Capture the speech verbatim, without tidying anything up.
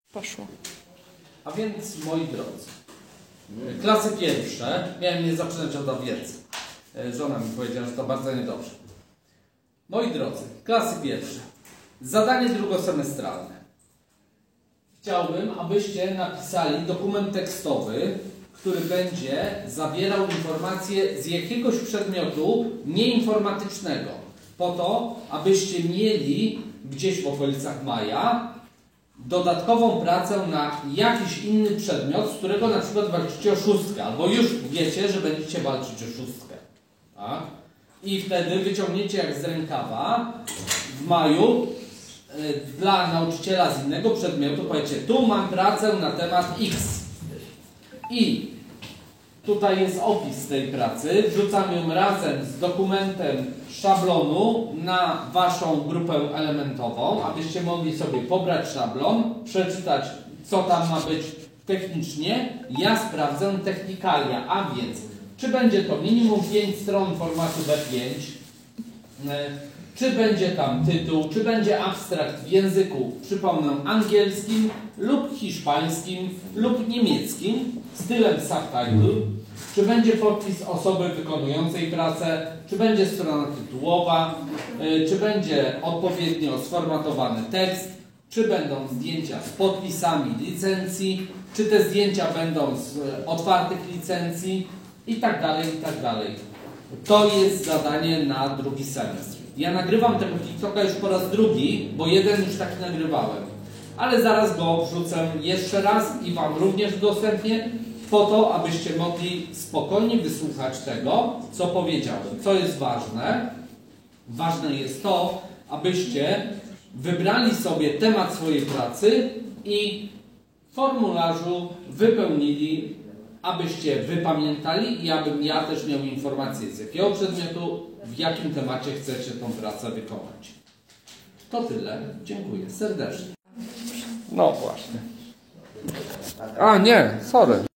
Poszło. A więc, moi drodzy, klasy pierwsze, miałem nie zaczynać od a więc. Żona mi powiedziała, że to bardzo niedobrze. Moi drodzy, klasy pierwsze. Zadanie drugosemestralne. Chciałbym, abyście napisali dokument tekstowy, który będzie zawierał informacje z jakiegoś przedmiotu nieinformatycznego. Po to, abyście mieli gdzieś w okolicach maja dodatkową pracę na jakiś inny przedmiot, z którego na przykład walczycie o szóstkę, albo już wiecie, że będziecie walczyć o szóstkę. Tak? I wtedy wyciągniecie jak z rękawa w maju y, dla nauczyciela z innego przedmiotu, powiecie, tu mam pracę na temat X. I tutaj jest opis tej pracy, wrzucam ją razem z dokumentem szablonu na waszą grupę elementową, abyście mogli sobie pobrać szablon, przeczytać, co tam ma być technicznie. Ja sprawdzę technikalia, a więc czy będzie to minimum pięć stron formatu B pięć, czy będzie tam tytuł, czy będzie abstrakt w języku, przypomnę, angielskim lub hiszpańskim lub niemieckim, stylem subtitle, czy będzie podpis osoby wykonującej pracę, czy będzie strona tytułowa, czy będzie odpowiednio sformatowany tekst, czy będą zdjęcia z podpisami licencji, czy te zdjęcia będą z otwartych licencji i tak dalej, i tak dalej. To jest zadanie na drugi semestr. Ja nagrywam tego TikToka już po raz drugi, bo jeden już taki nagrywałem. Ale zaraz go wrzucę jeszcze raz i wam również udostępnię, po to, abyście mogli spokojnie wysłuchać tego, co powiedziałem. Co jest ważne? Ważne jest to, abyście wybrali sobie temat swojej pracy i w formularzu wypełnili, abyście wypamiętali i abym ja też miał informację, z jakiego przedmiotu, w jakim temacie chcecie tą pracę wykonać. To tyle. Dziękuję serdecznie. No właśnie. A nie, sorry.